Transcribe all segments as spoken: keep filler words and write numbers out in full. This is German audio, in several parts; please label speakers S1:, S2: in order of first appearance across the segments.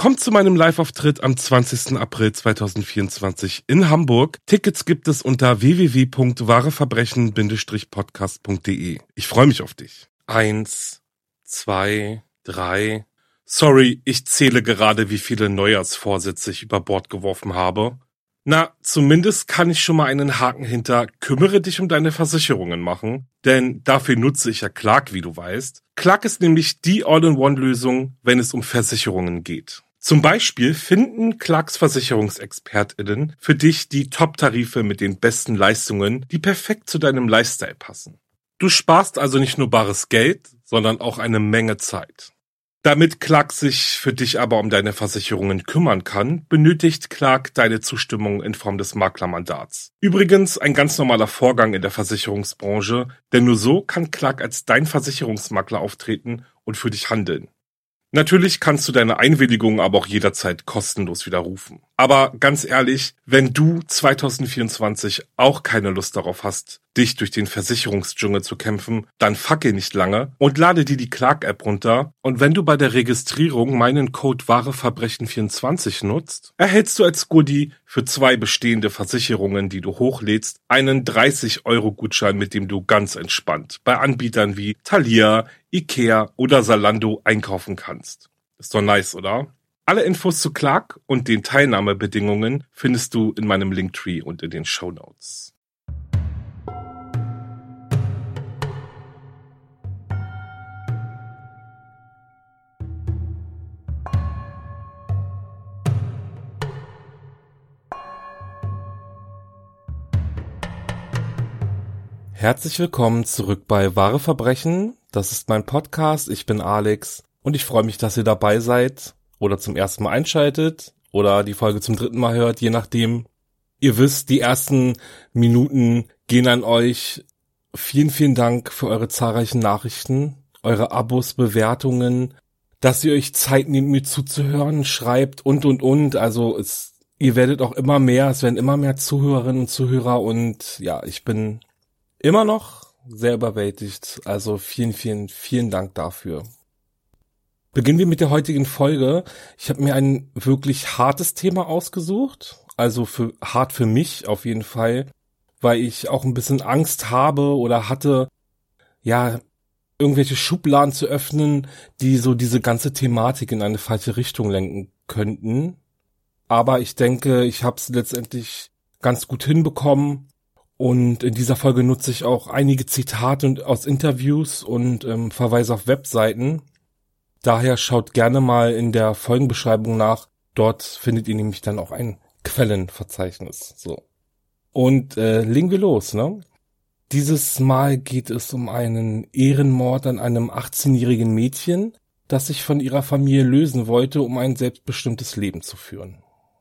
S1: Komm zu meinem Live-Auftritt am zwanzigsten April zweitausendvierundzwanzig in Hamburg. Tickets gibt es unter w w w punkt wahreverbrechen Bindestrich podcast punkt de. Ich freue mich auf dich. Eins, zwei, drei. Sorry, ich zähle gerade, wie viele Neujahrsvorsätze ich über Bord geworfen habe. Na, zumindest kann ich schon mal einen Haken hinter kümmere dich um deine Versicherungen machen, denn dafür nutze ich ja Clark, wie du weißt. Clark ist nämlich die All-in-One-Lösung, wenn es um Versicherungen geht. Zum Beispiel finden Clarks VersicherungsexpertInnen für dich die Top-Tarife mit den besten Leistungen, die perfekt zu deinem Lifestyle passen. Du sparst also nicht nur bares Geld, sondern auch eine Menge Zeit. Damit Clark sich für dich aber um deine Versicherungen kümmern kann, benötigt Clark deine Zustimmung in Form des Maklermandats. Übrigens ein ganz normaler Vorgang in der Versicherungsbranche, denn nur so kann Clark als dein Versicherungsmakler auftreten und für dich handeln. Natürlich kannst du deine Einwilligung aber auch jederzeit kostenlos widerrufen. Aber ganz ehrlich, wenn du zweitausendvierundzwanzig auch keine Lust darauf hast, dich durch den Versicherungsdschungel zu kämpfen, dann fackel nicht lange und lade dir die Clark-App runter. Und wenn du bei der Registrierung meinen Code wahreverbrechen vierundzwanzig nutzt, erhältst du als Goodie für zwei bestehende Versicherungen, die du hochlädst, einen dreißig Euro Gutschein, mit dem du ganz entspannt bei Anbietern wie Thalia, Ikea oder Zalando einkaufen kannst. Ist doch nice, oder? Alle Infos zu Clark und den Teilnahmebedingungen findest du in meinem Linktree und in den Shownotes. Herzlich willkommen zurück bei Wahre Verbrechen. Das ist mein Podcast. Ich bin Alex und ich freue mich, dass ihr dabei seid oder zum ersten Mal einschaltet oder die Folge zum dritten Mal hört, je nachdem. Ihr wisst, die ersten Minuten gehen an euch. Vielen, vielen Dank für eure zahlreichen Nachrichten, eure Abos, Bewertungen, dass ihr euch Zeit nehmt, mir zuzuhören, schreibt und, und, und. Also es, ihr werdet auch immer mehr, es werden immer mehr Zuhörerinnen und Zuhörer und ja, ich bin immer noch sehr überwältigt. Also vielen, vielen, vielen Dank dafür. Beginnen wir mit der heutigen Folge. Ich habe mir ein wirklich hartes Thema ausgesucht. Also für hart für mich auf jeden Fall, weil ich auch ein bisschen Angst habe oder hatte, ja, irgendwelche Schubladen zu öffnen, die so diese ganze Thematik in eine falsche Richtung lenken könnten. Aber ich denke, ich habe es letztendlich ganz gut hinbekommen. Und in dieser Folge nutze ich auch einige Zitate und aus Interviews und ähm, verweise auf Webseiten. Daher schaut gerne mal in der Folgenbeschreibung nach. Dort findet ihr nämlich dann auch ein Quellenverzeichnis. So. Und äh, legen wir los, ne? Dieses Mal geht es um einen Ehrenmord an einem achtzehnjährigen Mädchen, das sich von ihrer Familie lösen wollte, um ein selbstbestimmtes Leben zu führen.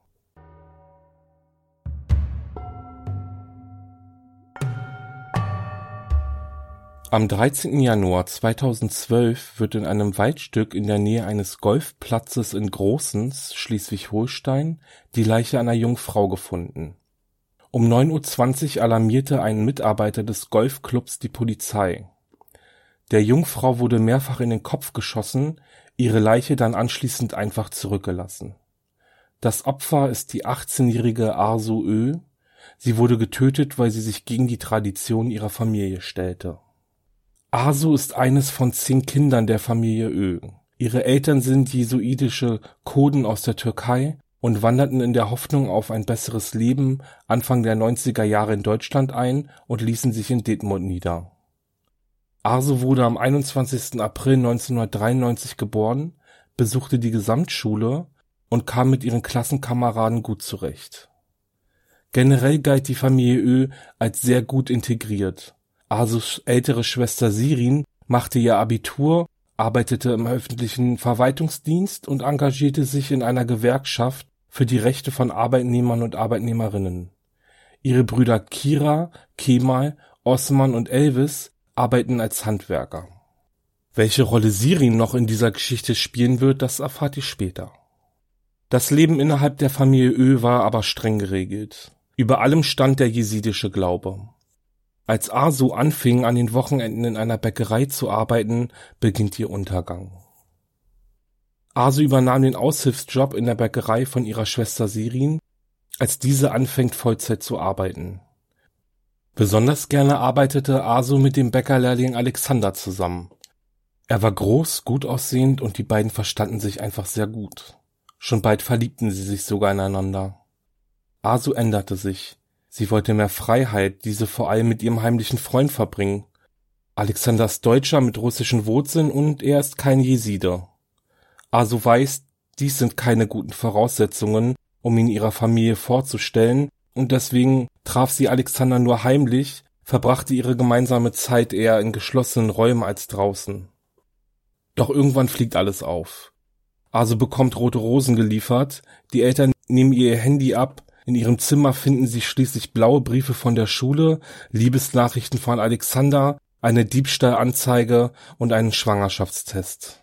S1: Am dreizehnten Januar zweitausendzwölf wird in einem Waldstück in der Nähe eines Golfplatzes in Großens, Schleswig-Holstein, die Leiche einer jungen Frau gefunden. Um neun Uhr zwanzig alarmierte ein Mitarbeiter des Golfclubs die Polizei. Der Jungfrau wurde mehrfach in den Kopf geschossen, ihre Leiche dann anschließend einfach zurückgelassen. Das Opfer ist die achtzehnjährige Arzu Ö. Sie wurde getötet, weil sie sich gegen die Tradition ihrer Familie stellte. Arzu ist eines von zehn Kindern der Familie Ö. Ihre Eltern sind jesuitische Kurden aus der Türkei und wanderten in der Hoffnung auf ein besseres Leben Anfang der neunziger Jahre in Deutschland ein und ließen sich in Detmold nieder. Arzu wurde am einundzwanzigsten April neunzehnhundertdreiundneunzig geboren, besuchte die Gesamtschule und kam mit ihren Klassenkameraden gut zurecht. Generell galt die Familie Ö als sehr gut integriert. Arzus ältere Schwester Sirin machte ihr Abitur, arbeitete im öffentlichen Verwaltungsdienst und engagierte sich in einer Gewerkschaft für die Rechte von Arbeitnehmern und Arbeitnehmerinnen. Ihre Brüder Kira, Kemal, Osman und Elvis arbeiten als Handwerker. Welche Rolle Sirin noch in dieser Geschichte spielen wird, das erfahrt ihr später. Das Leben innerhalb der Familie Ö war aber streng geregelt. Über allem stand der jesidische Glaube. Als Arzu anfing, an den Wochenenden in einer Bäckerei zu arbeiten, beginnt ihr Untergang. Arzu übernahm den Aushilfsjob in der Bäckerei von ihrer Schwester Sirin, als diese anfängt Vollzeit zu arbeiten. Besonders gerne arbeitete Arzu mit dem Bäckerlehrling Alexander zusammen. Er war groß, gut aussehend und die beiden verstanden sich einfach sehr gut. Schon bald verliebten sie sich sogar ineinander. Arzu änderte sich. Sie wollte mehr Freiheit, diese vor allem mit ihrem heimlichen Freund verbringen. Alexander ist Deutscher mit russischen Wurzeln und er ist kein Jeside. Arzu weiß, dies sind keine guten Voraussetzungen, um ihn ihrer Familie vorzustellen, und deswegen traf sie Alexander nur heimlich, verbrachte ihre gemeinsame Zeit eher in geschlossenen Räumen als draußen. Doch irgendwann fliegt alles auf. Arzu bekommt rote Rosen geliefert, die Eltern nehmen ihr ihr Handy ab, in ihrem Zimmer finden sie schließlich blaue Briefe von der Schule, Liebesnachrichten von Alexander, eine Diebstahlanzeige und einen Schwangerschaftstest.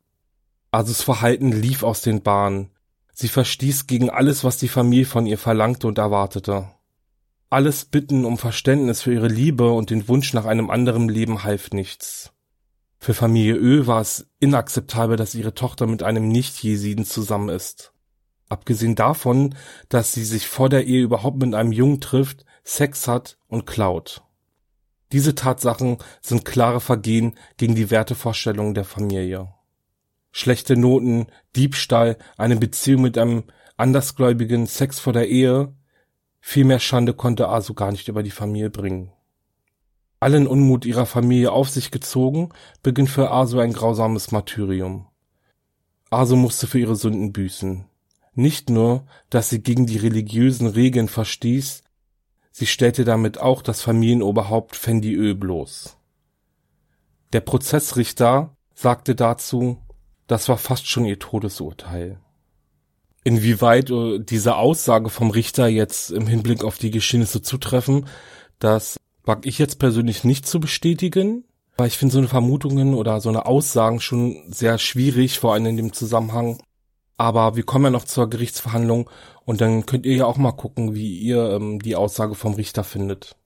S1: Arzus Verhalten lief aus den Bahnen. Sie verstieß gegen alles, was die Familie von ihr verlangte und erwartete. Alles Bitten um Verständnis für ihre Liebe und den Wunsch nach einem anderen Leben half nichts. Für Familie Ö war es inakzeptabel, dass ihre Tochter mit einem Nicht-Jesiden zusammen ist. Abgesehen davon, dass sie sich vor der Ehe überhaupt mit einem Jungen trifft, Sex hat und klaut. Diese Tatsachen sind klare Vergehen gegen die Wertevorstellungen der Familie. Schlechte Noten, Diebstahl, eine Beziehung mit einem Andersgläubigen, Sex vor der Ehe. Viel mehr Schande konnte Arzu gar nicht über die Familie bringen. Allen Unmut ihrer Familie auf sich gezogen, beginnt für Arzu ein grausames Martyrium. Arzu musste für ihre Sünden büßen. Nicht nur, dass sie gegen die religiösen Regeln verstieß, sie stellte damit auch das Familienoberhaupt Fendi Ö bloß. Der Prozessrichter sagte dazu, das war fast schon ihr Todesurteil. Inwieweit äh, diese Aussage vom Richter jetzt im Hinblick auf die Geschehnisse zutreffen, das wage ich jetzt persönlich nicht zu bestätigen, weil ich finde so eine Vermutungen oder so eine Aussagen schon sehr schwierig, vor allem in dem Zusammenhang. Aber wir kommen ja noch zur Gerichtsverhandlung und dann könnt ihr ja auch mal gucken, wie ihr ähm, die Aussage vom Richter findet.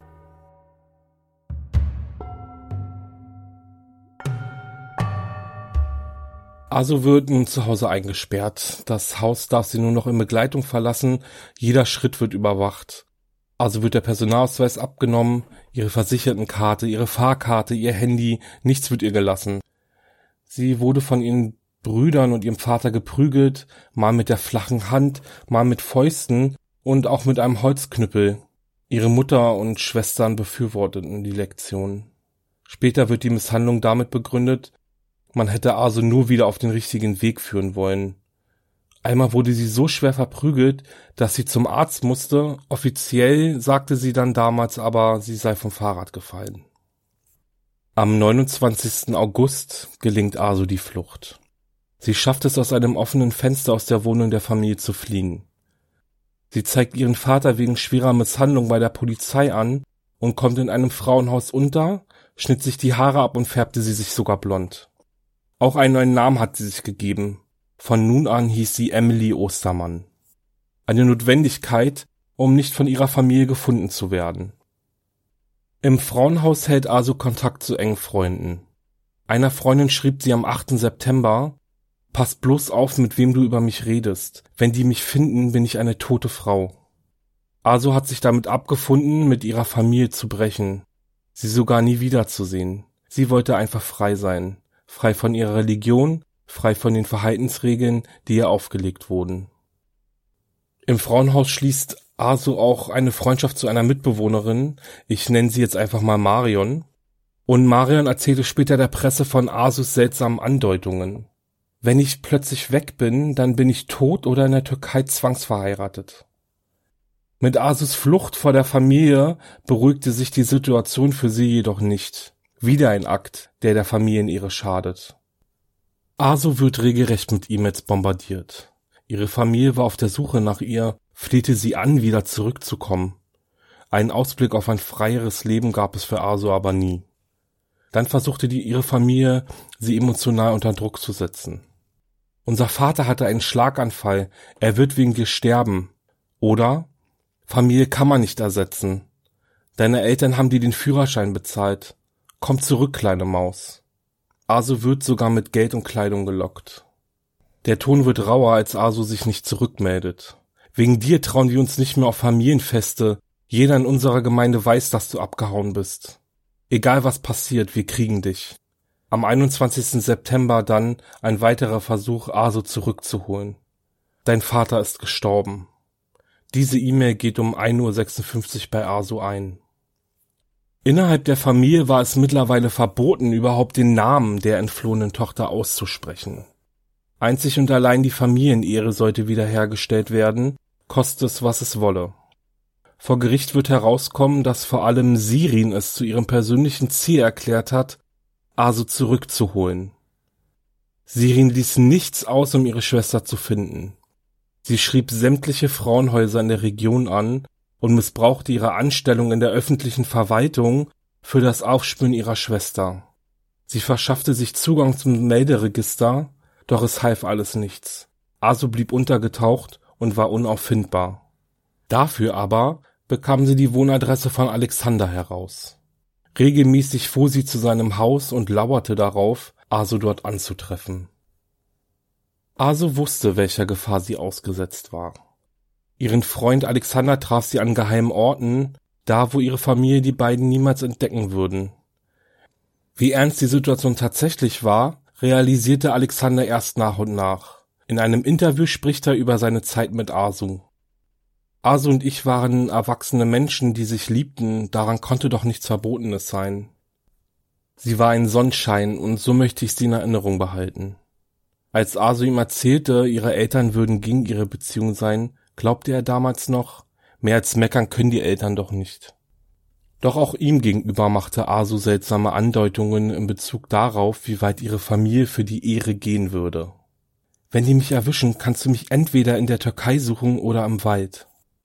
S1: Arzu wird nun zu Hause eingesperrt. Das Haus darf sie nur noch in Begleitung verlassen. Jeder Schritt wird überwacht. Arzu wird der Personalausweis abgenommen, ihre Versichertenkarte, ihre Fahrkarte, ihr Handy, nichts wird ihr gelassen. Sie wurde von ihren Brüdern und ihrem Vater geprügelt, mal mit der flachen Hand, mal mit Fäusten und auch mit einem Holzknüppel. Ihre Mutter und Schwestern befürworteten die Lektion. Später wird die Misshandlung damit begründet, man hätte Arzu nur wieder auf den richtigen Weg führen wollen. Einmal wurde sie so schwer verprügelt, dass sie zum Arzt musste. Offiziell sagte sie dann damals aber, sie sei vom Fahrrad gefallen. Am neunundzwanzigsten August gelingt Arzu die Flucht. Sie schafft es, aus einem offenen Fenster aus der Wohnung der Familie zu fliehen. Sie zeigt ihren Vater wegen schwerer Misshandlung bei der Polizei an und kommt in einem Frauenhaus unter, schnitt sich die Haare ab und färbte sie sich sogar blond. Auch einen neuen Namen hat sie sich gegeben. Von nun an hieß sie Emily Ostermann. Eine Notwendigkeit, um nicht von ihrer Familie gefunden zu werden. Im Frauenhaus hält Arzu Kontakt zu engen Freunden. Einer Freundin schrieb sie am achten September, »Pass bloß auf, mit wem du über mich redest. Wenn die mich finden, bin ich eine tote Frau.« Arzu hat sich damit abgefunden, mit ihrer Familie zu brechen, sie sogar nie wiederzusehen. Sie wollte einfach frei sein. Frei von ihrer Religion, frei von den Verhaltensregeln, die ihr aufgelegt wurden. Im Frauenhaus schließt Arzu auch eine Freundschaft zu einer Mitbewohnerin, ich nenne sie jetzt einfach mal Marion, und Marion erzählte später der Presse von Arzus seltsamen Andeutungen. Wenn ich plötzlich weg bin, dann bin ich tot oder in der Türkei zwangsverheiratet. Mit Arzus Flucht vor der Familie beruhigte sich die Situation für sie jedoch nicht. Wieder ein Akt, der der Familienehre schadet. Arzu wird regelrecht mit E-Mails bombardiert. Ihre Familie war auf der Suche nach ihr, flehte sie an, wieder zurückzukommen. Einen Ausblick auf ein freieres Leben gab es für Arzu aber nie. Dann versuchte die, ihre Familie, sie emotional unter Druck zu setzen. Unser Vater hatte einen Schlaganfall, er wird wegen dir sterben. Oder, Familie kann man nicht ersetzen. Deine Eltern haben dir den Führerschein bezahlt. Komm zurück, kleine Maus. Arzu wird sogar mit Geld und Kleidung gelockt. Der Ton wird rauer, als Asu sich nicht zurückmeldet. Wegen dir trauen wir uns nicht mehr auf Familienfeste. Jeder in unserer Gemeinde weiß, dass du abgehauen bist. Egal was passiert, wir kriegen dich. Am einundzwanzigsten September dann ein weiterer Versuch, Asu zurückzuholen. Dein Vater ist gestorben. Diese E-Mail geht um ein Uhr sechsundfünfzig bei Asu ein. Innerhalb der Familie war es mittlerweile verboten, überhaupt den Namen der entflohenen Tochter auszusprechen. Einzig und allein die Familienehre sollte wiederhergestellt werden, koste es, was es wolle. Vor Gericht wird herauskommen, dass vor allem Sirin es zu ihrem persönlichen Ziel erklärt hat, Asu zurückzuholen. Sirin ließ nichts aus, um ihre Schwester zu finden. Sie schrieb sämtliche Frauenhäuser in der Region an und missbrauchte ihre Anstellung in der öffentlichen Verwaltung für das Aufspüren ihrer Schwester. Sie verschaffte sich Zugang zum Melderegister, doch es half alles nichts. Asu blieb untergetaucht und war unauffindbar. Dafür aber bekam sie die Wohnadresse von Alexander heraus. Regelmäßig fuhr sie zu seinem Haus und lauerte darauf, Asu dort anzutreffen. Asu wusste, welcher Gefahr sie ausgesetzt war. Ihren Freund Alexander traf sie an geheimen Orten, da wo ihre Familie die beiden niemals entdecken würden. Wie ernst die Situation tatsächlich war, realisierte Alexander erst nach und nach. In einem Interview spricht er über seine Zeit mit Asu. Asu und ich waren erwachsene Menschen, die sich liebten, daran konnte doch nichts Verbotenes sein. Sie war ein Sonnenschein und so möchte ich sie in Erinnerung behalten. Als Asu ihm erzählte, ihre Eltern würden gegen ihre Beziehung sein, glaubte er damals noch, mehr als meckern können die Eltern doch nicht. Doch auch ihm gegenüber machte Asu seltsame Andeutungen in Bezug darauf, wie weit ihre Familie für die Ehre gehen würde. Wenn die mich erwischen, kannst du mich entweder in der Türkei suchen oder im Wald.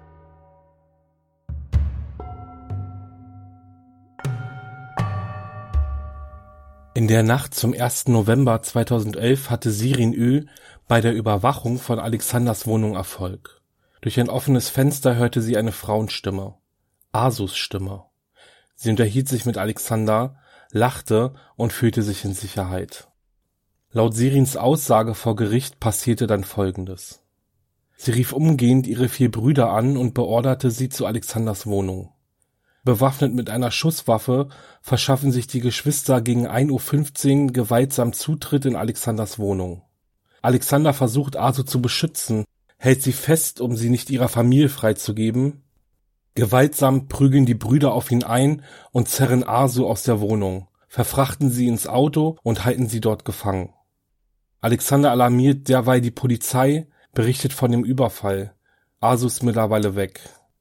S1: In der Nacht zum ersten November zweitausendelf hatte Sirin Ö bei der Überwachung von Alexanders Wohnung Erfolg. Durch ein offenes Fenster hörte sie eine Frauenstimme. Asus Stimme. Sie unterhielt sich mit Alexander, lachte und fühlte sich in Sicherheit. Laut Sirins Aussage vor Gericht passierte dann Folgendes. Sie rief umgehend ihre vier Brüder an und beorderte sie zu Alexanders Wohnung. Bewaffnet mit einer Schusswaffe verschaffen sich die Geschwister gegen ein Uhr fünfzehn gewaltsam Zutritt in Alexanders Wohnung. Alexander versucht Asu zu beschützen, hält sie fest, um sie nicht ihrer Familie freizugeben. Gewaltsam prügeln die Brüder auf ihn ein und zerren Asu aus der Wohnung, verfrachten sie ins Auto und halten sie dort gefangen. Alexander alarmiert derweil die Polizei, berichtet von dem Überfall. Asu ist mittlerweile weg.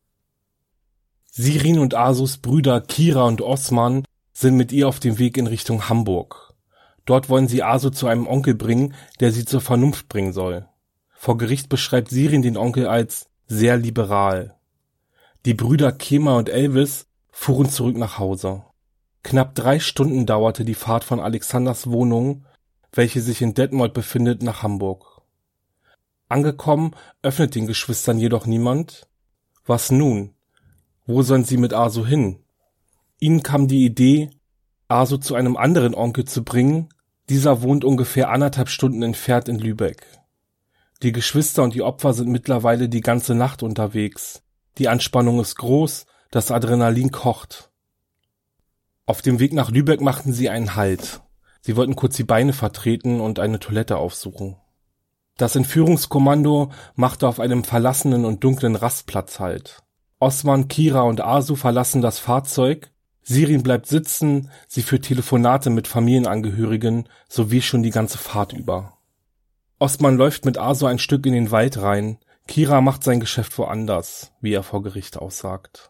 S1: Sirin und Asus Brüder Kira und Osman sind mit ihr auf dem Weg in Richtung Hamburg. Dort wollen sie Asu zu einem Onkel bringen, der sie zur Vernunft bringen soll. Vor Gericht beschreibt Sirin den Onkel als sehr liberal. Die Brüder Kemal und Elvis fuhren zurück nach Hause. Knapp drei Stunden dauerte die Fahrt von Alexanders Wohnung, welche sich in Detmold befindet, nach Hamburg. Angekommen, öffnet den Geschwistern jedoch niemand. Was nun? Wo sollen sie mit Asu hin? Ihnen kam die Idee, Asu zu einem anderen Onkel zu bringen. Dieser wohnt ungefähr anderthalb Stunden entfernt in Lübeck. Die Geschwister und die Opfer sind mittlerweile die ganze Nacht unterwegs. Die Anspannung ist groß, das Adrenalin kocht. Auf dem Weg nach Lübeck machten sie einen Halt. Sie wollten kurz die Beine vertreten und eine Toilette aufsuchen. Das Entführungskommando machte auf einem verlassenen und dunklen Rastplatz Halt. Osman, Kira und Asu verlassen das Fahrzeug. Sirin bleibt sitzen, sie führt Telefonate mit Familienangehörigen sowie schon die ganze Fahrt über. Osman läuft mit Asu ein Stück in den Wald rein. Kira macht sein Geschäft woanders, wie er vor Gericht aussagt.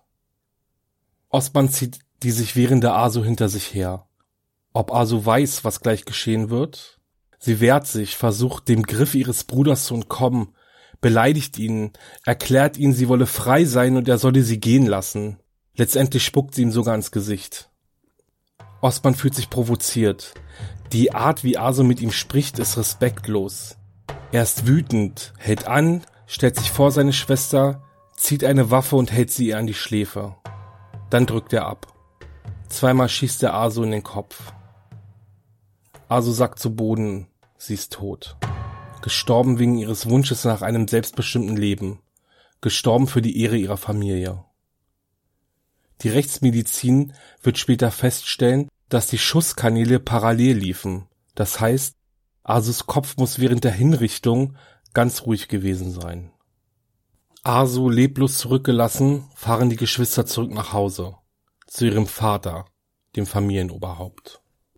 S1: Osman zieht die sich wehrende Asu hinter sich her. Ob Asu weiß, was gleich geschehen wird? Sie wehrt sich, versucht dem Griff ihres Bruders zu entkommen, beleidigt ihn, erklärt ihn, sie wolle frei sein und er solle sie gehen lassen. Letztendlich spuckt sie ihm sogar ins Gesicht. Osman fühlt sich provoziert. Die Art, wie Asu mit ihm spricht, ist respektlos. Er ist wütend, hält an, stellt sich vor seine Schwester, zieht eine Waffe und hält sie ihr an die Schläfe. Dann drückt er ab. Zweimal schießt er Asu in den Kopf. Asu sackt zu Boden, sie ist tot.
S2: gestorben wegen ihres Wunsches nach einem selbstbestimmten Leben, gestorben für die Ehre ihrer Familie. Die Rechtsmedizin wird später feststellen, dass die Schusskanäle parallel liefen. Das heißt, Asus Kopf muss während der Hinrichtung ganz ruhig gewesen sein. Asu leblos zurückgelassen, fahren die Geschwister zurück nach Hause, zu ihrem Vater, dem Familienoberhaupt.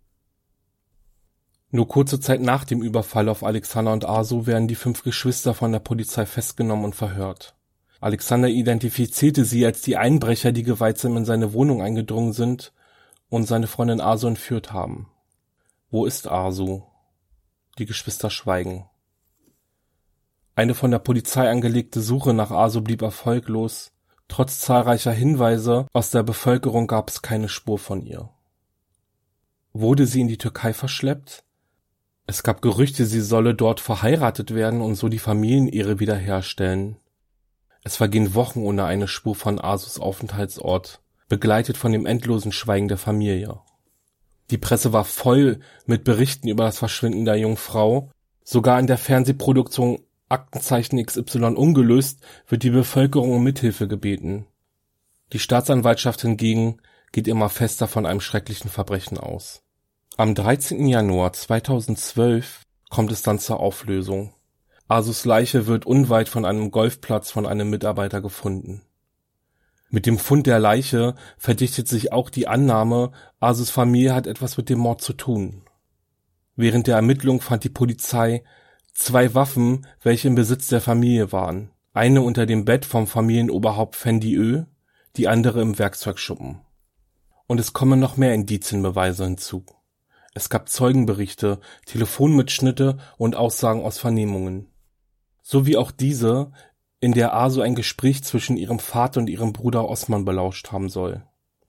S2: Nur kurze Zeit nach dem Überfall auf Alexander und Asu werden die fünf Geschwister von der Polizei festgenommen und verhört. Alexander identifizierte sie als die Einbrecher, die gewaltsam in seine Wohnung eingedrungen sind und seine Freundin Asu entführt haben. Wo ist Asu? Die Geschwister schweigen. Eine von der Polizei angelegte Suche nach Asu blieb erfolglos. Trotz zahlreicher Hinweise aus der Bevölkerung gab es keine Spur von ihr. Wurde sie in die Türkei verschleppt? Es gab Gerüchte, sie solle dort verheiratet werden und so die Familienehre wiederherstellen. Es vergehen Wochen ohne eine Spur von Asus Aufenthaltsort, begleitet von dem endlosen Schweigen der Familie. Die Presse war voll mit Berichten über das Verschwinden der jungen Frau. Sogar in der Fernsehproduktion Aktenzeichen X Y ungelöst wird die Bevölkerung um Mithilfe gebeten. Die Staatsanwaltschaft hingegen geht immer fester von einem schrecklichen Verbrechen aus. Am dreizehnten Januar zweitausendzwölf kommt es dann zur Auflösung. Asus Leiche wird unweit von einem Golfplatz von einem Mitarbeiter gefunden. Mit dem Fund der Leiche verdichtet sich auch die Annahme, Asus Familie hat etwas mit dem Mord zu tun. Während der Ermittlung fand die Polizei zwei Waffen, welche im Besitz der Familie waren. Eine unter dem Bett vom Familienoberhaupt Fendi Ö, die andere im Werkzeugschuppen. Und es kommen noch mehr Indizienbeweise hinzu. Es gab Zeugenberichte, Telefonmitschnitte und Aussagen aus Vernehmungen. So wie auch diese, in der Asu ein Gespräch zwischen ihrem Vater und ihrem Bruder Osman belauscht haben soll.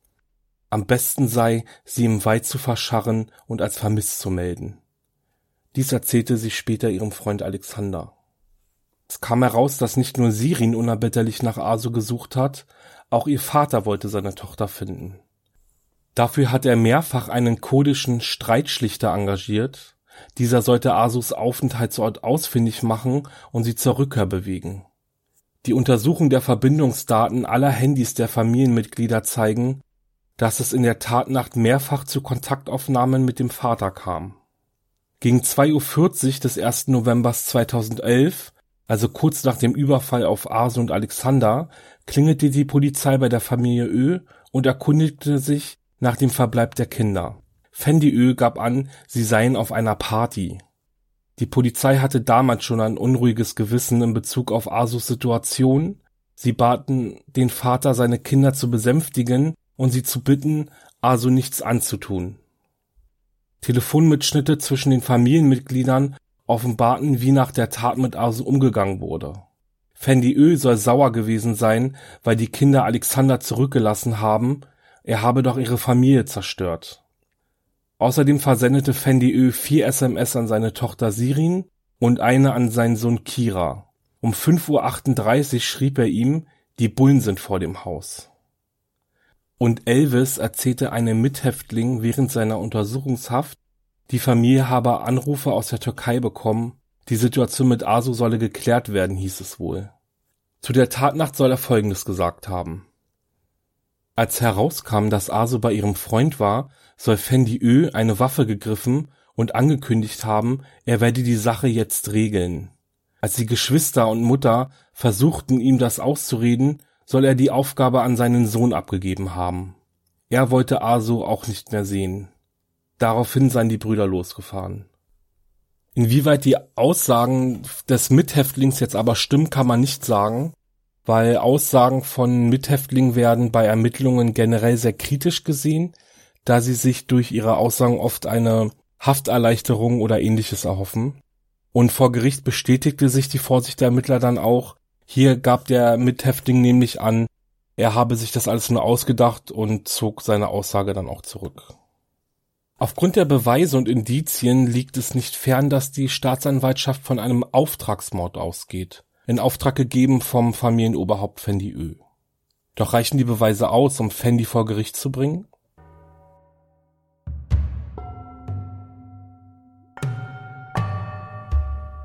S2: Am besten sei, sie im Wald zu verscharren und als vermisst zu melden. Dies erzählte sie später ihrem Freund Alexander. Es kam heraus, dass nicht nur Sirin unerbittlich nach Asu gesucht hat, auch ihr Vater wollte seine Tochter finden. Dafür hat er mehrfach einen kurdischen Streitschlichter engagiert. Dieser sollte Asus Aufenthaltsort ausfindig machen und sie zur Rückkehr bewegen. Die Untersuchung der Verbindungsdaten aller Handys der Familienmitglieder zeigen, dass es in der Tatnacht mehrfach zu Kontaktaufnahmen mit dem Vater kam. Gegen zwei Uhr vierzig des ersten November zweitausendelf, also kurz nach dem Überfall auf Asu und Alexander, klingelte die Polizei bei der Familie Ö und erkundigte sich nach dem Verbleib der Kinder. Fendi Ö gab an, sie seien auf einer Party. Die Polizei hatte damals schon ein unruhiges Gewissen in Bezug auf Asus Situation. Sie baten den Vater, seine Kinder zu besänftigen und sie zu bitten, Asu nichts anzutun. Telefonmitschnitte zwischen den Familienmitgliedern offenbarten, wie nach der Tat mit Asu umgegangen wurde. Fendi Ö soll sauer gewesen sein, weil die Kinder Alexander zurückgelassen haben, er habe doch ihre Familie zerstört. Außerdem versendete Fendi Ö vier S M S an seine Tochter Sirin und eine an seinen Sohn Kira. Um fünf Uhr achtunddreißig schrieb er ihm, die Bullen sind vor dem Haus. Und Elvis erzählte einem Mithäftling während seiner Untersuchungshaft, die Familie habe Anrufe aus der Türkei bekommen, die Situation mit Asu solle geklärt werden, hieß es wohl. Zu der Tatnacht soll er Folgendes gesagt haben. Als herauskam, dass Asu bei ihrem Freund war, soll Fendi Ö eine Waffe gegriffen und angekündigt haben, er werde die Sache jetzt regeln. Als die Geschwister und Mutter versuchten, ihm das auszureden, soll er die Aufgabe an seinen Sohn abgegeben haben. Er wollte Asu auch nicht mehr sehen. Daraufhin seien die Brüder losgefahren. Inwieweit die Aussagen des Mithäftlings jetzt aber stimmen, kann man nicht sagen, weil Aussagen von Mithäftlingen werden bei Ermittlungen generell sehr kritisch gesehen, da sie sich durch ihre Aussagen oft eine Hafterleichterung oder ähnliches erhoffen. Und vor Gericht bestätigte sich die Vorsicht der Ermittler dann auch. Hier gab der Mithäftling nämlich an, er habe sich das alles nur ausgedacht und zog seine Aussage dann auch zurück. Aufgrund der Beweise und Indizien liegt es nicht fern, dass die Staatsanwaltschaft von einem Auftragsmord ausgeht, in Auftrag gegeben vom Familienoberhaupt Fendi Ö. Doch reichen die Beweise aus, um Fendi vor Gericht zu bringen?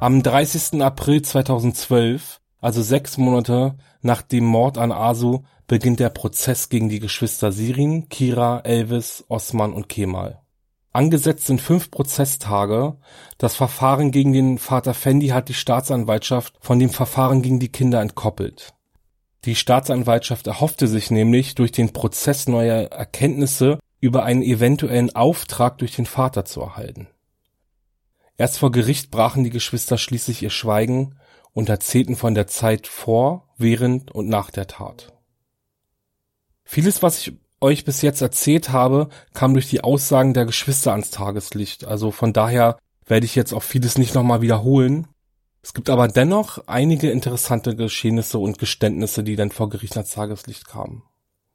S2: Am dreißigsten April zweitausendzwölf, also sechs Monate nach dem Mord an Arzu, beginnt der Prozess gegen die Geschwister Shirin, Kira, Elvis, Osman und Kemal. Angesetzt sind fünf Prozesstage. Das Verfahren gegen den Vater Fendi hat die Staatsanwaltschaft von dem Verfahren gegen die Kinder entkoppelt. Die Staatsanwaltschaft erhoffte sich nämlich, durch den Prozess neue Erkenntnisse über einen eventuellen Auftrag durch den Vater zu erhalten. Erst vor Gericht brachen die Geschwister schließlich ihr Schweigen und erzählten von der Zeit vor, während und nach der Tat. Vieles, was ich euch bis jetzt erzählt habe, kam durch die Aussagen der Geschwister ans Tageslicht. Also von daher werde ich jetzt auch vieles nicht nochmal wiederholen. Es gibt aber dennoch einige interessante Geschehnisse und Geständnisse, die dann vor Gericht ans Tageslicht kamen.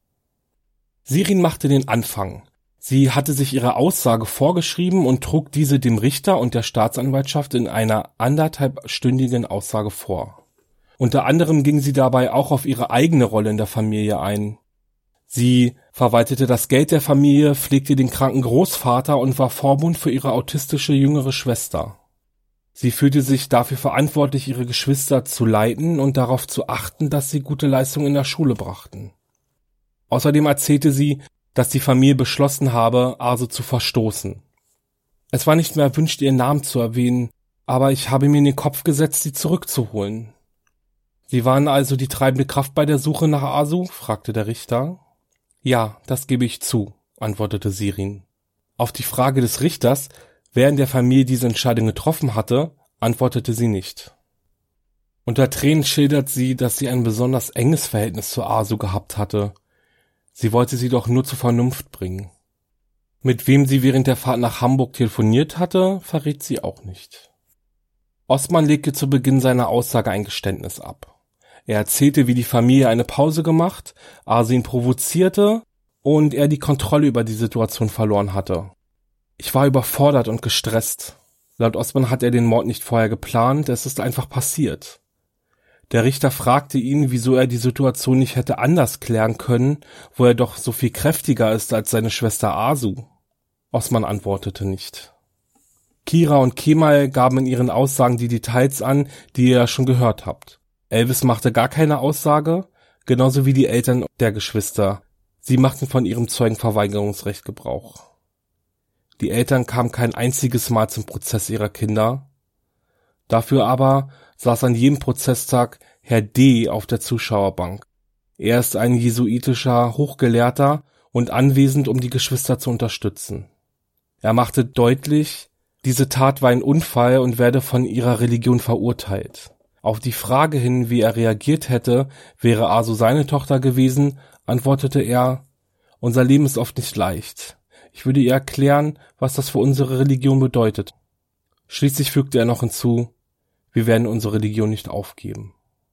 S2: Shirin machte den Anfang. Sie hatte sich ihre Aussage vorgeschrieben und trug diese dem Richter und der Staatsanwaltschaft in einer anderthalbstündigen Aussage vor. Unter anderem ging sie dabei auch auf ihre eigene Rolle in der Familie ein. Sie verwaltete das Geld der Familie, pflegte den kranken Großvater und war Vormund für ihre autistische jüngere Schwester. Sie fühlte sich dafür verantwortlich, ihre Geschwister zu leiten und darauf zu achten, dass sie gute Leistungen in der Schule brachten. Außerdem erzählte sie, dass die Familie beschlossen habe, Arzu zu verstoßen. Es war nicht mehr erwünscht, ihren Namen zu erwähnen, aber ich habe mir in den Kopf gesetzt, sie zurückzuholen. Sie waren also die treibende Kraft bei der Suche nach Arzu? Fragte der Richter. Ja, das gebe ich zu, antwortete Shirin. Auf die Frage des Richters, wer in der Familie diese Entscheidung getroffen hatte, antwortete sie nicht. Unter Tränen schildert sie, dass sie ein besonders enges Verhältnis zu Arzu gehabt hatte. Sie wollte sie doch nur zur Vernunft bringen. Mit wem sie während der Fahrt nach Hamburg telefoniert hatte, verrät sie auch nicht. Osman legte zu Beginn seiner Aussage ein Geständnis ab. Er erzählte, wie die Familie eine Pause gemacht, Arzu ihn provozierte und er die Kontrolle über die Situation verloren hatte. Ich war überfordert und gestresst. Laut Osman hat er den Mord nicht vorher geplant, es ist einfach passiert. Der Richter fragte ihn, wieso er die Situation nicht hätte anders klären können, wo er doch so viel kräftiger ist als seine Schwester Arzu. Osman antwortete nicht. Kira und Kemal gaben in ihren Aussagen die Details an, die ihr ja schon gehört habt. Elvis machte gar keine Aussage, genauso wie die Eltern der Geschwister. Sie machten von ihrem Zeugenverweigerungsrecht Gebrauch. Die Eltern kamen kein einziges Mal zum Prozess ihrer Kinder. Dafür aber saß an jedem Prozesstag Herr D. auf der Zuschauerbank. Er ist ein jesuitischer Hochgelehrter und anwesend, um die Geschwister zu unterstützen. Er machte deutlich, diese Tat war ein Unfall und werde von ihrer Religion verurteilt. Auf die Frage hin, wie er reagiert hätte, wäre Arzu seine Tochter gewesen, antwortete er, unser Leben ist oft nicht leicht. Ich würde ihr erklären, was das für unsere Religion bedeutet. Schließlich fügte er noch hinzu, wir werden unsere Religion nicht aufgeben.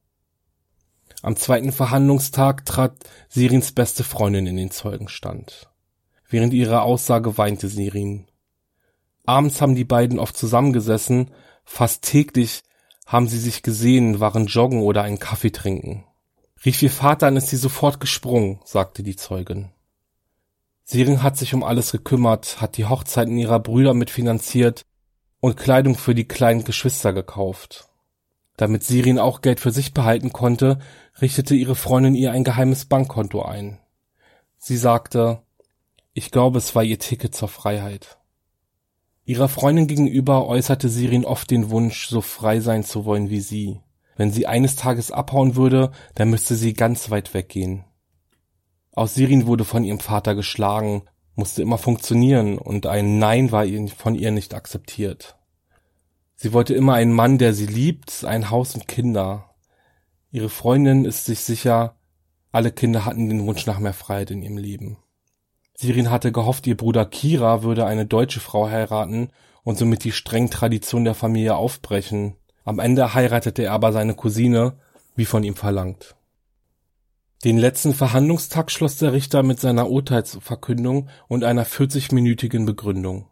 S2: Am zweiten Verhandlungstag trat Shirins beste Freundin in den Zeugenstand. Während ihrer Aussage weinte Shirin. Abends haben die beiden oft zusammengesessen, fast täglich haben sie sich gesehen, waren joggen oder einen Kaffee trinken. Rief ihr Vater an, ist sie sofort gesprungen, sagte die Zeugin. Shirin hat sich um alles gekümmert, hat die Hochzeiten ihrer Brüder mitfinanziert und Kleidung für die kleinen Geschwister gekauft. Damit Shirin auch Geld für sich behalten konnte, richtete ihre Freundin ihr ein geheimes Bankkonto ein. Sie sagte, ich glaube, es war ihr Ticket zur Freiheit. Ihrer Freundin gegenüber äußerte Shirin oft den Wunsch, so frei sein zu wollen wie sie. Wenn sie eines Tages abhauen würde, dann müsste sie ganz weit weggehen. Auch Shirin wurde von ihrem Vater geschlagen, musste immer funktionieren und ein Nein war von ihr nicht akzeptiert. Sie wollte immer einen Mann, der sie liebt, ein Haus und Kinder. Ihre Freundin ist sich sicher, alle Kinder hatten den Wunsch nach mehr Freiheit in ihrem Leben. Shirin hatte gehofft, ihr Bruder Kira würde eine deutsche Frau heiraten und somit die strengen Traditionen der Familie aufbrechen. Am Ende heiratete er aber seine Cousine, wie von ihm verlangt. Den letzten Verhandlungstag schloss der Richter mit seiner Urteilsverkündung und einer vierzigminütigen Begründung.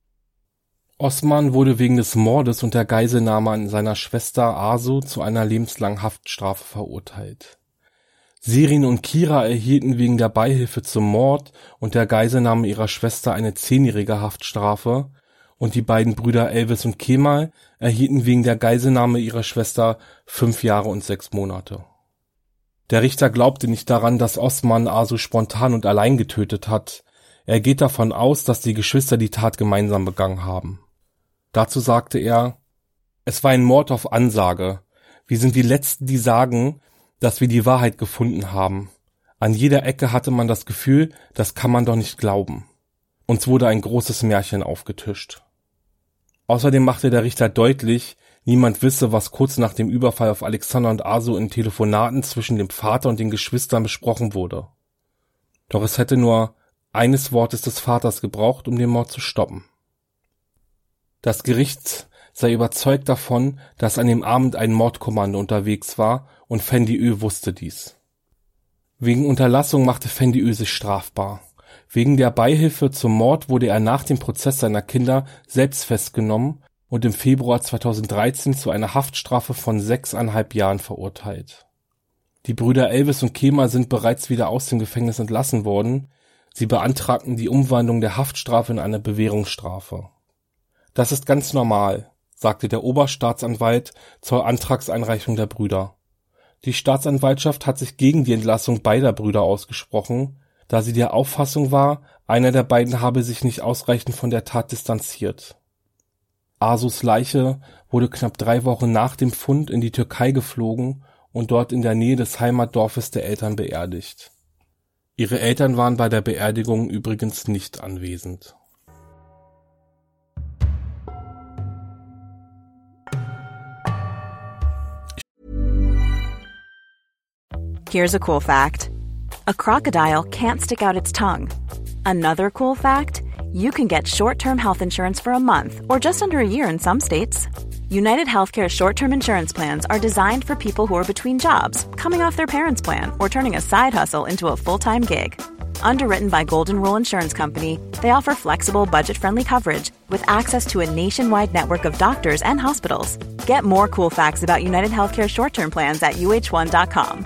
S2: Osman wurde wegen des Mordes und der Geiselnahme an seiner Schwester Arzu zu einer lebenslangen Haftstrafe verurteilt. Shirin und Kira erhielten wegen der Beihilfe zum Mord und der Geiselnahme ihrer Schwester eine zehnjährige Haftstrafe und die beiden Brüder Elvis und Kemal erhielten wegen der Geiselnahme ihrer Schwester fünf Jahre und sechs Monate. Der Richter glaubte nicht daran, dass Osman Asu spontan und allein getötet hat. Er geht davon aus, dass die Geschwister die Tat gemeinsam begangen haben. Dazu sagte er: Es war ein Mord auf Ansage. Wir sind die Letzten, die sagen, dass wir die Wahrheit gefunden haben. An jeder Ecke hatte man das Gefühl, das kann man doch nicht glauben. Uns wurde ein großes Märchen aufgetischt. Außerdem machte der Richter deutlich, niemand wisse, was kurz nach dem Überfall auf Alexander und Asu in Telefonaten zwischen dem Vater und den Geschwistern besprochen wurde. Doch es hätte nur eines Wortes des Vaters gebraucht, um den Mord zu stoppen. Das Gericht sei überzeugt davon, dass an dem Abend ein Mordkommando unterwegs war und Fendi Ö wusste dies. Wegen Unterlassung machte Fendi Ö sich strafbar. Wegen der Beihilfe zum Mord wurde er nach dem Prozess seiner Kinder selbst festgenommen und im Februar zweitausenddreizehn zu einer Haftstrafe von sechseinhalb Jahren verurteilt. Die Brüder Elvis und Kemal sind bereits wieder aus dem Gefängnis entlassen worden. Sie beantragten die Umwandlung der Haftstrafe in eine Bewährungsstrafe. Das ist ganz normal, sagte der Oberstaatsanwalt zur Antragseinreichung der Brüder. Die Staatsanwaltschaft hat sich gegen die Entlassung beider Brüder ausgesprochen, da sie der Auffassung war, einer der beiden habe sich nicht ausreichend von der Tat distanziert. Asus Leiche wurde knapp drei Wochen nach dem Fund in die Türkei geflogen und dort in der Nähe des Heimatdorfes der Eltern beerdigt. Ihre Eltern waren bei der Beerdigung übrigens nicht anwesend.
S3: Here's a cool fact. A crocodile can't stick out its tongue. Another cool fact, you can get short-term health insurance for a month or just under a year in some states. United Healthcare short-term insurance plans are designed for people who are between jobs, coming off their parents' plan, or turning a side hustle into a full-time gig. Underwritten by Golden Rule Insurance Company, they offer flexible, budget-friendly coverage with access to a nationwide network of doctors and hospitals. Get more cool facts about United Healthcare short-term plans at U H one dot com.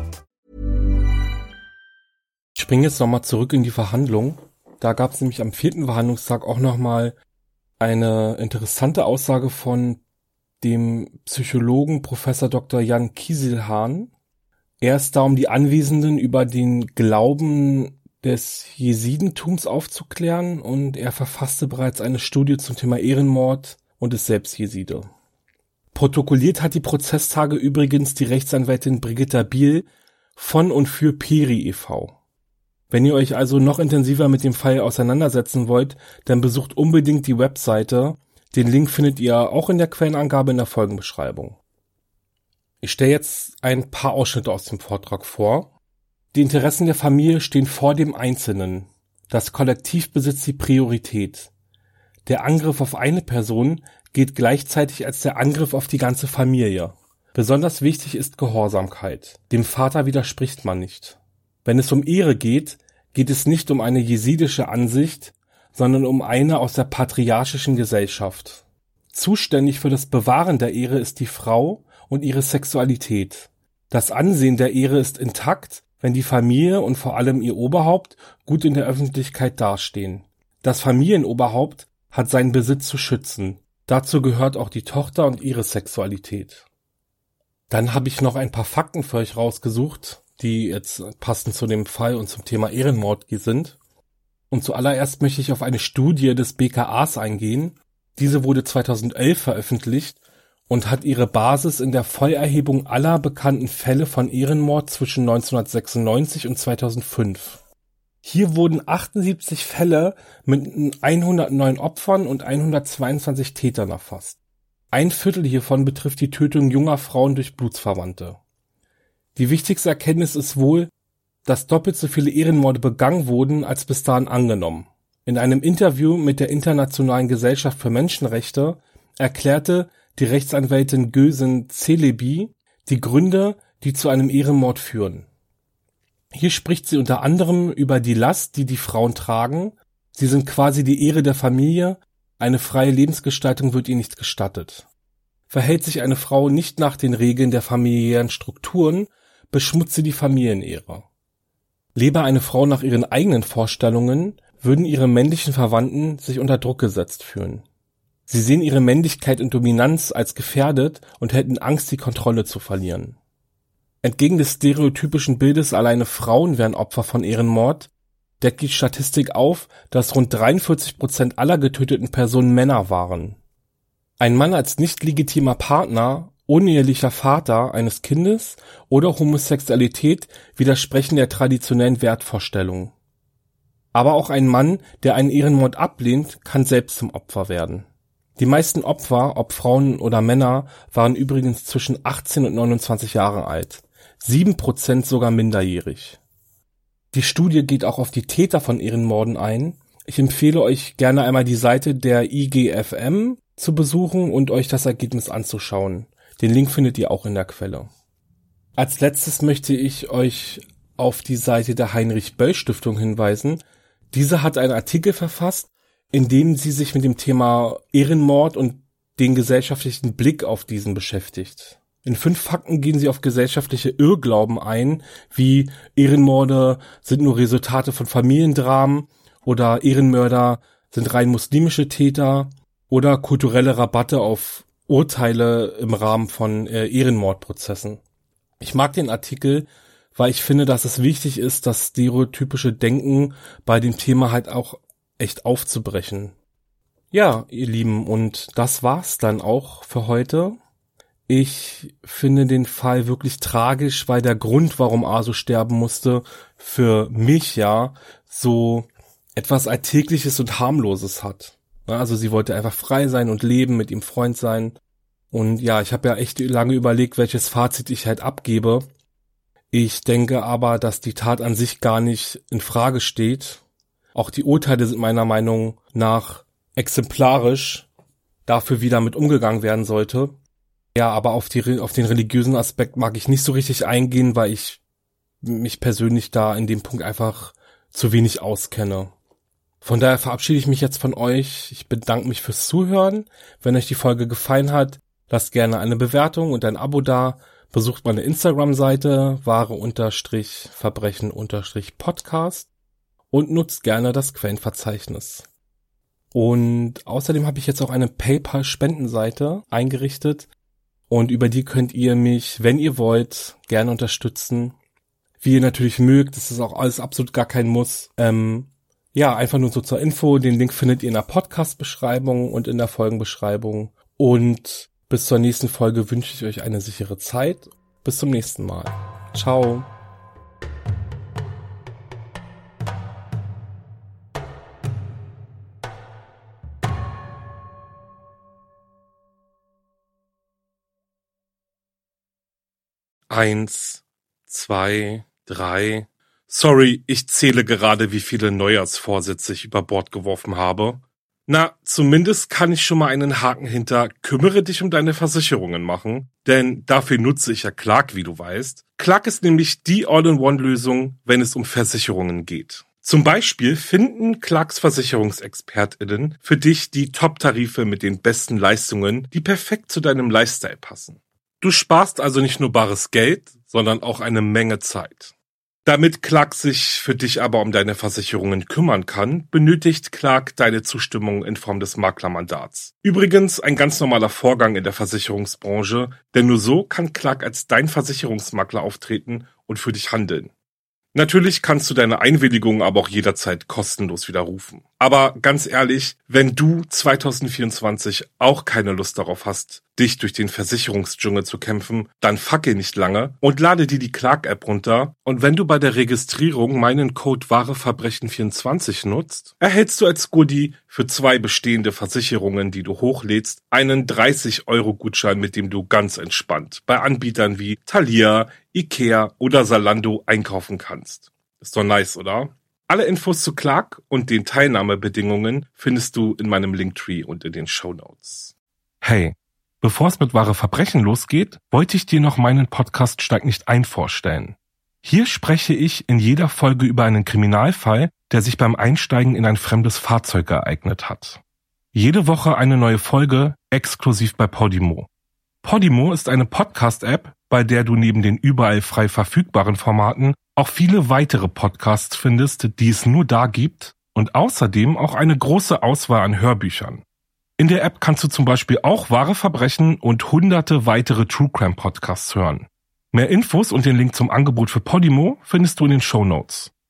S2: Ich springe jetzt nochmal zurück in die Verhandlung. Da gab es nämlich am vierten Verhandlungstag auch nochmal eine interessante Aussage von dem Psychologen Professor Doktor Jan Kieselhahn. Er ist da, um die Anwesenden über den Glauben des Jesidentums aufzuklären, und er verfasste bereits eine Studie zum Thema Ehrenmord und ist selbst Jeside. Protokolliert hat die Prozesstage übrigens die Rechtsanwältin Brigitta Biel von und für Peri e V Wenn ihr euch also noch intensiver mit dem Fall auseinandersetzen wollt, dann besucht unbedingt die Webseite. Den Link findet ihr auch in der Quellenangabe in der Folgenbeschreibung. Ich stelle jetzt ein paar Ausschnitte aus dem Vortrag vor. Die Interessen der Familie stehen vor dem Einzelnen. Das Kollektiv besitzt die Priorität. Der Angriff auf eine Person geht gleichzeitig als der Angriff auf die ganze Familie. Besonders wichtig ist Gehorsamkeit. Dem Vater widerspricht man nicht. Wenn es um Ehre geht, geht es nicht um eine jesidische Ansicht, sondern um eine aus der patriarchischen Gesellschaft. Zuständig für das Bewahren der Ehre ist die Frau und ihre Sexualität. Das Ansehen der Ehre ist intakt, wenn die Familie und vor allem ihr Oberhaupt gut in der Öffentlichkeit dastehen. Das Familienoberhaupt hat seinen Besitz zu schützen. Dazu gehört auch die Tochter und ihre Sexualität. Dann habe ich noch ein paar Fakten für euch rausgesucht, die jetzt passend zu dem Fall und zum Thema Ehrenmord sind. Und zuallererst möchte ich auf eine Studie des B K As eingehen. Diese wurde zweitausendelf veröffentlicht und hat ihre Basis in der Vollerhebung aller bekannten Fälle von Ehrenmord zwischen neunzehnhundertsechsundneunzig und zweitausendfünf. Hier wurden achtundsiebzig Fälle mit hundertneun Opfern und hundertzweiundzwanzig Tätern erfasst. Ein Viertel hiervon betrifft die Tötung junger Frauen durch Blutsverwandte. Die wichtigste Erkenntnis ist wohl, dass doppelt so viele Ehrenmorde begangen wurden, als bis dahin angenommen. In einem Interview mit der Internationalen Gesellschaft für Menschenrechte erklärte die Rechtsanwältin Gülsen Celebi die Gründe, die zu einem Ehrenmord führen. Hier spricht sie unter anderem über die Last, die die Frauen tragen. Sie sind quasi die Ehre der Familie. Eine freie Lebensgestaltung wird ihnen nicht gestattet. Verhält sich eine Frau nicht nach den Regeln der familiären Strukturen, beschmutzt sie die Familienehre. Lebe eine Frau nach ihren eigenen Vorstellungen, würden ihre männlichen Verwandten sich unter Druck gesetzt fühlen. Sie sehen ihre Männlichkeit und Dominanz als gefährdet und hätten Angst, die Kontrolle zu verlieren. Entgegen des stereotypischen Bildes, alleine Frauen wären Opfer von Ehrenmord, deckt die Statistik auf, dass rund dreiundvierzig Prozent aller getöteten Personen Männer waren. Ein Mann als nicht legitimer Partner, unehelicher Vater eines Kindes oder Homosexualität widersprechen der traditionellen Wertvorstellung. Aber auch ein Mann, der einen Ehrenmord ablehnt, kann selbst zum Opfer werden. Die meisten Opfer, ob Frauen oder Männer, waren übrigens zwischen achtzehn und neunundzwanzig Jahre alt, sieben Prozent sogar minderjährig. Die Studie geht auch auf die Täter von Ehrenmorden ein. Ich empfehle euch gerne einmal die Seite der I G F M zu besuchen und euch das Ergebnis anzuschauen. Den Link findet ihr auch in der Quelle. Als letztes möchte ich euch auf die Seite der Heinrich-Böll-Stiftung hinweisen. Diese hat einen Artikel verfasst, in dem sie sich mit dem Thema Ehrenmord und den gesellschaftlichen Blick auf diesen beschäftigt. In fünf Fakten gehen sie auf gesellschaftliche Irrglauben ein, wie Ehrenmorde sind nur Resultate von Familiendramen oder Ehrenmörder sind rein muslimische Täter oder kulturelle Rabatte auf Urteile im Rahmen von äh, Ehrenmordprozessen. Ich mag den Artikel, weil ich finde, dass es wichtig ist, das stereotypische Denken bei dem Thema halt auch echt aufzubrechen. Ja, ihr Lieben, und das war's dann auch für heute. Ich finde den Fall wirklich tragisch, weil der Grund, warum Aso sterben musste, für mich ja so etwas Alltägliches und Harmloses hat. Also sie wollte einfach frei sein und leben, mit ihrem Freund sein. Und ja, ich habe ja echt lange überlegt, welches Fazit ich halt abgebe. Ich denke aber, dass die Tat an sich gar nicht in Frage steht. Auch die Urteile sind meiner Meinung nach exemplarisch dafür, wie damit umgegangen werden sollte. Ja, aber auf die auf den religiösen Aspekt mag ich nicht so richtig eingehen, weil ich mich persönlich da in dem Punkt einfach zu wenig auskenne. Von daher verabschiede ich mich jetzt von euch. Ich bedanke mich fürs Zuhören. Wenn euch die Folge gefallen hat, lasst gerne eine Bewertung und ein Abo da. Besucht meine Instagram-Seite wahre-verbrechen-podcast und nutzt gerne das Quellenverzeichnis. Und außerdem habe ich jetzt auch eine PayPal-Spendenseite eingerichtet und über die könnt ihr mich, wenn ihr wollt, gerne unterstützen. Wie ihr natürlich mögt, das ist auch alles absolut gar kein Muss. Ähm, ja, einfach nur so zur Info. Den Link findet ihr in der Podcast-Beschreibung und in der Folgenbeschreibung. Und bis zur nächsten Folge wünsche ich euch eine sichere Zeit. Bis zum nächsten Mal. Ciao.
S1: Eins, zwei, drei. Sorry, ich zähle gerade, wie viele Neujahrsvorsätze ich über Bord geworfen habe. Na, zumindest kann ich schon mal einen Haken hinter kümmere dich um deine Versicherungen machen, denn dafür nutze ich ja Clark, wie du weißt. Clark ist nämlich die All-in-One-Lösung, wenn es um Versicherungen geht. Zum Beispiel finden Clarks VersicherungsexpertInnen für dich die Top-Tarife mit den besten Leistungen, die perfekt zu deinem Lifestyle passen. Du sparst also nicht nur bares Geld, sondern auch eine Menge Zeit. Damit Clark sich für dich aber um deine Versicherungen kümmern kann, benötigt Clark deine Zustimmung in Form des Maklermandats. Übrigens ein ganz normaler Vorgang in der Versicherungsbranche, denn nur so kann Clark als dein Versicherungsmakler auftreten und für dich handeln. Natürlich kannst du deine Einwilligung aber auch jederzeit kostenlos widerrufen. Aber ganz ehrlich, wenn du zwanzig vierundzwanzig auch keine Lust darauf hast, dich durch den Versicherungsdschungel zu kämpfen, dann fackel nicht lange und lade dir die Clark-App runter. Und wenn du bei der Registrierung meinen Code wahreverbrechen vierundzwanzig nutzt, erhältst du als Goodie für zwei bestehende Versicherungen, die du hochlädst, einen dreißig Euro Gutschein, mit dem du ganz entspannt bei Anbietern wie Thalia, Ikea oder Zalando einkaufen kannst. Ist doch nice, oder? Alle Infos zu Clark und den Teilnahmebedingungen findest du in meinem Linktree und in den Shownotes. Hey, bevor es mit Wahre Verbrechen losgeht, wollte ich dir noch meinen Podcast Steig nicht ein vorstellen. Hier spreche ich in jeder Folge über einen Kriminalfall, der sich beim Einsteigen in ein fremdes Fahrzeug ereignet hat. Jede Woche eine neue Folge, exklusiv bei Podimo. Podimo ist eine Podcast-App, bei der du neben den überall frei verfügbaren Formaten auch viele weitere Podcasts findest, die es nur da gibt, und außerdem auch eine große Auswahl an Hörbüchern.
S2: In der App kannst du zum Beispiel auch Wahre Verbrechen und hunderte weitere True Crime Podcasts hören. Mehr Infos und den Link zum Angebot für Podimo findest du in den Shownotes.